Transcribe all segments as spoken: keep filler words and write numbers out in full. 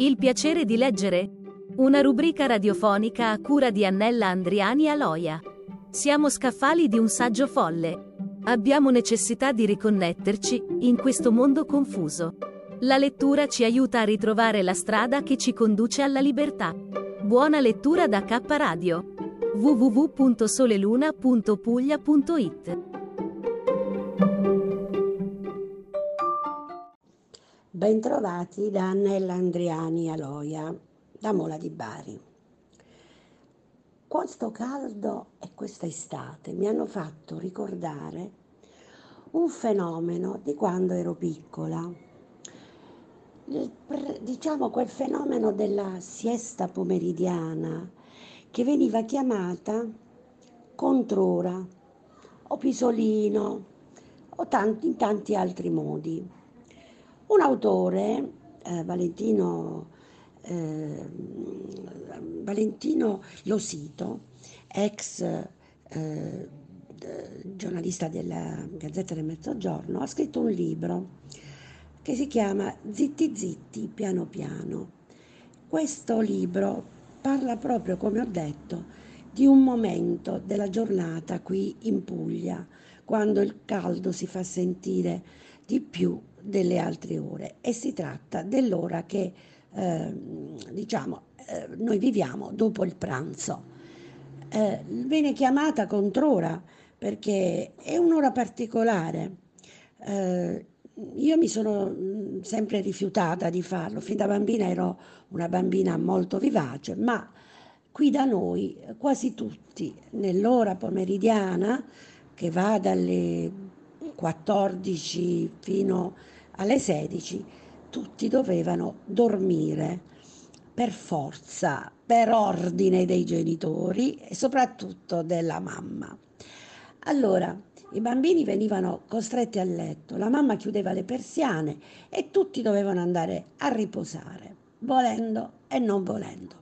Il piacere di leggere? Una rubrica radiofonica a cura di Annella Andriani Aloia. Siamo scaffali di un saggio folle. Abbiamo necessità di riconnetterci in questo mondo confuso. La lettura ci aiuta a ritrovare la strada che ci conduce alla libertà. Buona lettura da K Radio. w w w punto soleluna punto puglia punto it. Bentrovati da Annella Andriani Aloia, da Mola di Bari. Questo caldo e questa estate mi hanno fatto ricordare un fenomeno di quando ero piccola. Il, diciamo quel fenomeno della siesta pomeridiana che veniva chiamata controra o pisolino o tanti, in tanti altri modi. Un autore, eh, Valentino, eh, Valentino Losito, ex eh, giornalista della Gazzetta del Mezzogiorno, ha scritto un libro che si chiama Zitti Zitti, piano piano. Questo libro parla proprio, come ho detto, di un momento della giornata qui in Puglia, quando il caldo si fa sentire di più delle altre ore, e si tratta dell'ora che eh, diciamo eh, noi viviamo dopo il pranzo. Eh, viene chiamata controra perché è un'ora particolare. Eh, io mi sono sempre rifiutata di farlo, fin da bambina ero una bambina molto vivace, ma qui da noi quasi tutti nell'ora pomeridiana, che va dalle quattordici fino alle sedici, tutti dovevano dormire per forza, per ordine dei genitori e soprattutto della mamma. Allora, i bambini venivano costretti a letto, la mamma chiudeva le persiane e tutti dovevano andare a riposare, volendo e non volendo.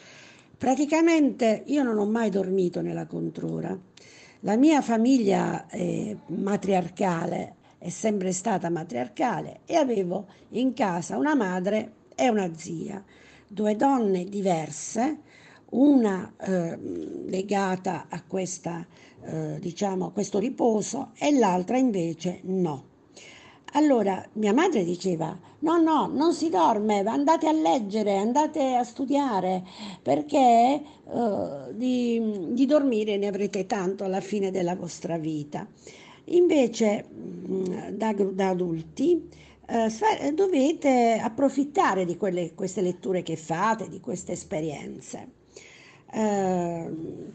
Praticamente io non ho mai dormito nella controra. La mia famiglia è matriarcale, è sempre stata matriarcale, e avevo in casa una madre e una zia, due donne diverse, una eh, legata a questa, eh, diciamo, a questo riposo e l'altra invece no. Allora mia madre diceva: no, no, non si dorme, andate a leggere, andate a studiare, perché eh, di, di dormire ne avrete tanto alla fine della vostra vita. Invece mh, da, da adulti eh, dovete approfittare di quelle, queste letture che fate, di queste esperienze. Eh,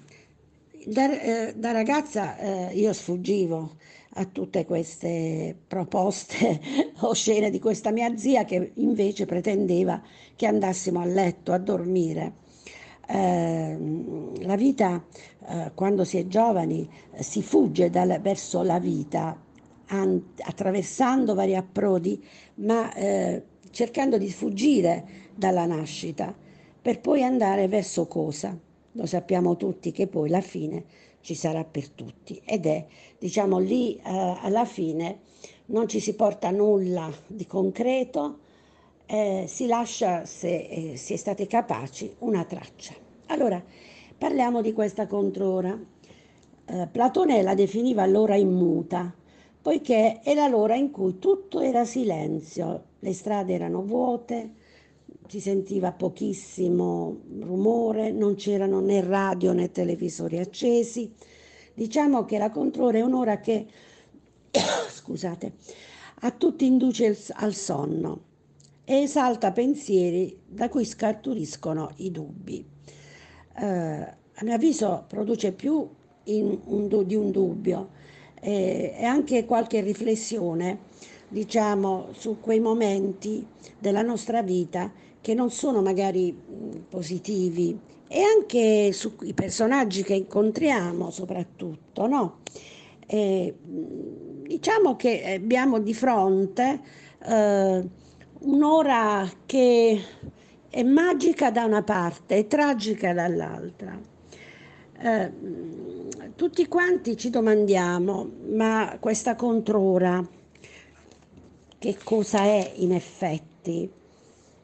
da, eh, da ragazza eh, io sfuggivo a tutte queste proposte oscene di questa mia zia, che invece pretendeva che andassimo a letto a dormire. Eh, la vita, eh, quando si è giovani, eh, si fugge dal, verso la vita, an, attraversando vari approdi, ma eh, cercando di fuggire dalla nascita, per poi andare verso cosa? Lo sappiamo tutti che poi la fine ci sarà per tutti, ed è, diciamo, lì eh, alla fine non ci si porta nulla di concreto, eh, si lascia, se eh, si è stati capaci, una traccia. Allora, parliamo di questa controra. Eh, Platone la definiva l'ora immuta, poiché era l'ora in cui tutto era silenzio, le strade erano vuote, si sentiva pochissimo rumore, non c'erano né radio né televisori accesi. Diciamo che la controra è un'ora che, scusate, a tutti induce al sonno e esalta pensieri da cui scaturiscono i dubbi. Eh, a mio avviso produce più in un, di un dubbio eh, e anche qualche riflessione, diciamo, su quei momenti della nostra vita che non sono magari positivi, e anche sui personaggi che incontriamo soprattutto, no? E, diciamo che abbiamo di fronte eh, un'ora che è magica da una parte e tragica dall'altra. Eh, tutti quanti ci domandiamo: ma questa controra che cosa è in effetti?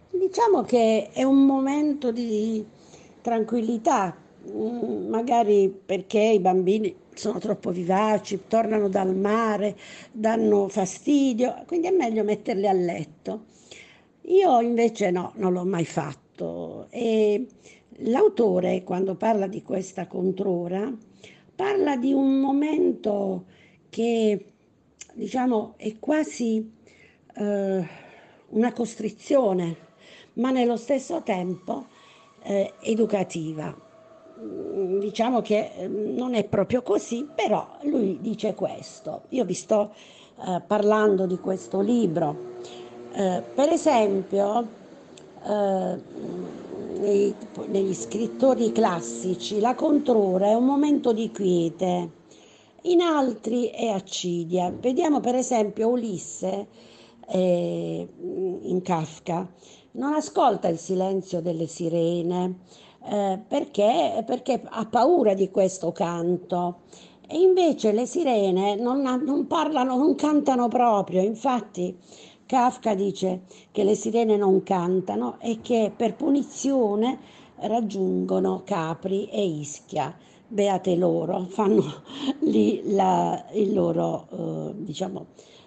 Diciamo che è un momento di tranquillità, mm, magari perché i bambini sono troppo vivaci, tornano dal mare, danno fastidio, quindi è meglio metterli a letto. Io invece no, non l'ho mai fatto e l'autore, quando parla di questa controra, parla di un momento che, diciamo, è quasi eh, una costrizione, ma nello stesso tempo eh, educativa. Mm, Diciamo che eh, non è proprio così, però lui dice questo. Io vi sto eh, parlando di questo libro. Eh, per esempio, eh, nei- negli scrittori classici, la controra è un momento di quiete, in altri è accidia. Vediamo per esempio Ulisse eh, in Kafka. Non ascolta il silenzio delle sirene eh, perché, perché ha paura di questo canto. E invece le sirene non, non parlano, non cantano proprio. Infatti Kafka dice che le sirene non cantano e che per punizione raggiungono Capri e Ischia. Beate loro, fanno lì la, il loro, eh, diciamo,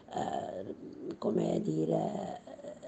eh, come dire,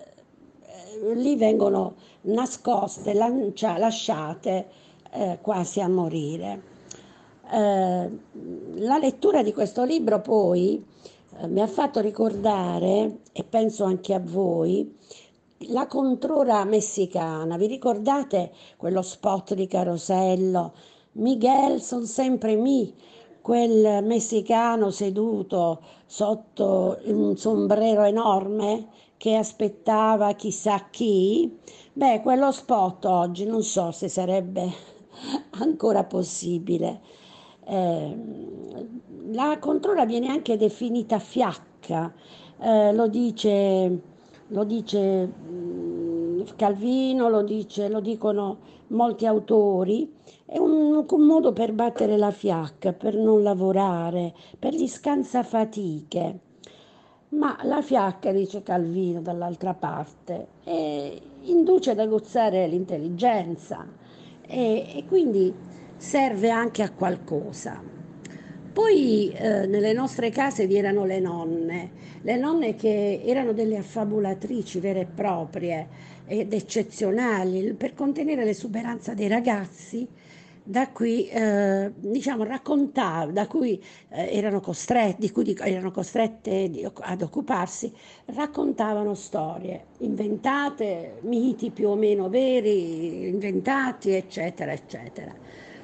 eh, lì vengono nascoste, lancia- lasciate eh, quasi a morire. Eh, la lettura di questo libro poi eh, mi ha fatto ricordare, e penso anche a voi, la controra messicana. Vi ricordate quello spot di Carosello? Miguel son sempre mi, quel messicano seduto sotto un sombrero enorme che aspettava chissà chi. Beh, quello spot oggi non so se sarebbe ancora possibile. Eh, la controra viene anche definita fiacca, eh, lo dice, lo dice mm, Calvino, lo dice, lo dicono molti autori. È un, un modo per battere la fiacca, per non lavorare, per gli scansafatiche. Ma la fiacca, dice Calvino dall'altra parte, eh, induce ad aguzzare l'intelligenza e, e quindi serve anche a qualcosa. Poi eh, nelle nostre case vi erano le nonne, le nonne che erano delle affabulatrici vere e proprie ed eccezionali per contenere l'esuberanza dei ragazzi da cui eh, diciamo raccontava, da cui eh, erano costrette, di cui erano costrette di- ad occuparsi, raccontavano storie inventate, miti più o meno veri, inventati, eccetera, eccetera.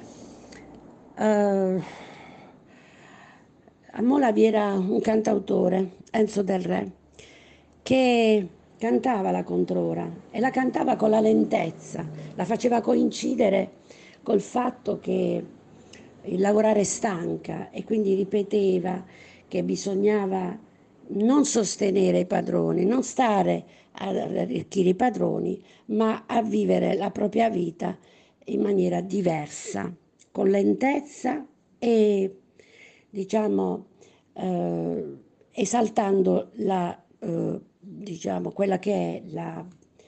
Eh, a Mola vi era un cantautore, Enzo Del Re, che cantava la controra e la cantava con la lentezza, la faceva coincidere col fatto che il lavorare stanca e quindi ripeteva che bisognava non sostenere i padroni, non stare ad arricchire i padroni, ma a vivere la propria vita in maniera diversa, con lentezza e diciamo eh, esaltando la, eh, diciamo, quella che è la,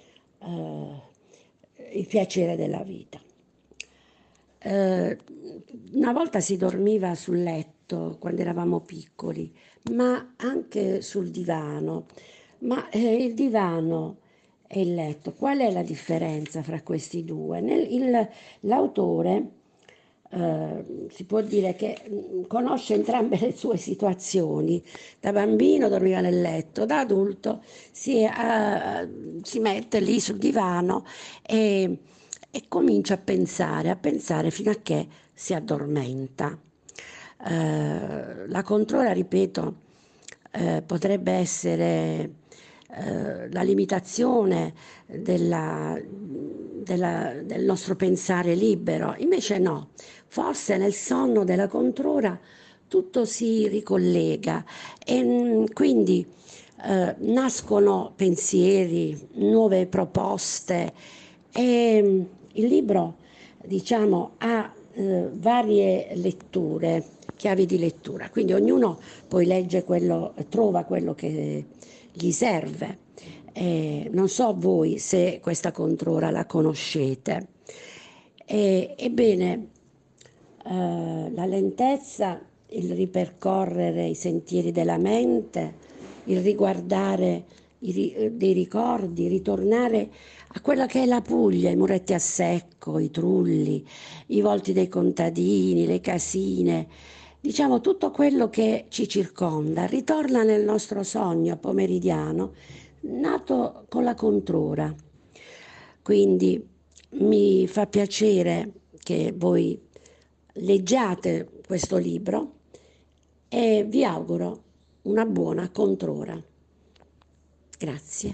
eh, il piacere della vita. Eh, una volta si dormiva sul letto quando eravamo piccoli, ma anche sul divano. Ma eh, il divano e il letto, qual è la differenza fra questi due? Nel- il- l'autore eh, si può dire che mm, conosce entrambe le sue situazioni. Da bambino dormiva nel letto, da adulto si, eh, si mette lì sul divano e, e comincia a pensare, a pensare fino a che si addormenta. Eh, la controlla, ripeto, eh, potrebbe essere eh, la limitazione della, della- del nostro pensare libero, invece no, forse nel sonno della controra tutto si ricollega e mm, quindi eh, nascono pensieri, nuove proposte e mm, il libro, diciamo, ha eh, varie letture, chiavi di lettura, quindi ognuno poi legge quello, trova quello che gli serve. Eh, non so voi se questa controra la conoscete. Eh, ebbene, eh, la lentezza, il ripercorrere i sentieri della mente, il riguardare i ri- dei ricordi, ritornare a quella che è la Puglia, i muretti a secco, i trulli, i volti dei contadini, le casine, diciamo tutto quello che ci circonda, ritorna nel nostro sogno pomeridiano, nato con la controra. Quindi mi fa piacere che voi leggiate questo libro e vi auguro una buona controra. Grazie.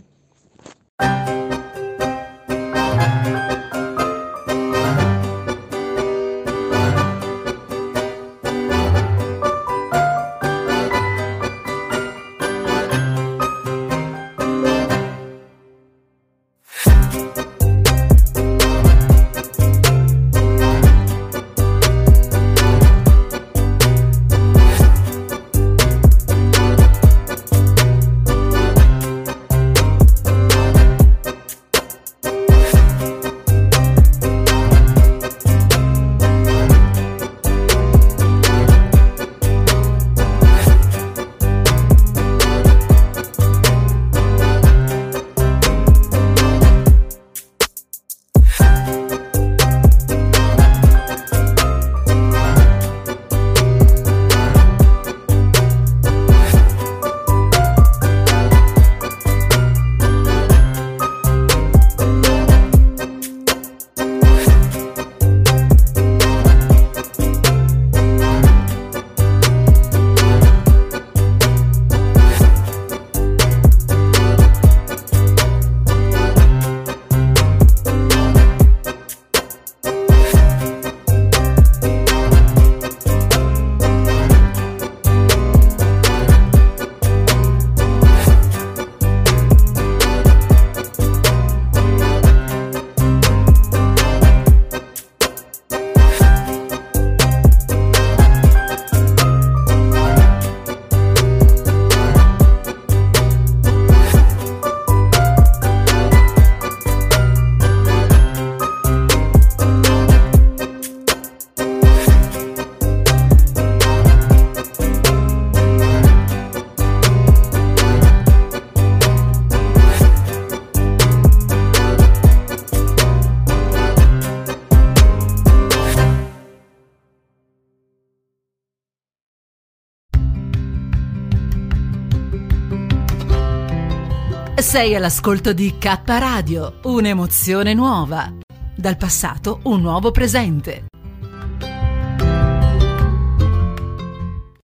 Sei all'ascolto di K Radio, un'emozione nuova. Dal passato un nuovo presente.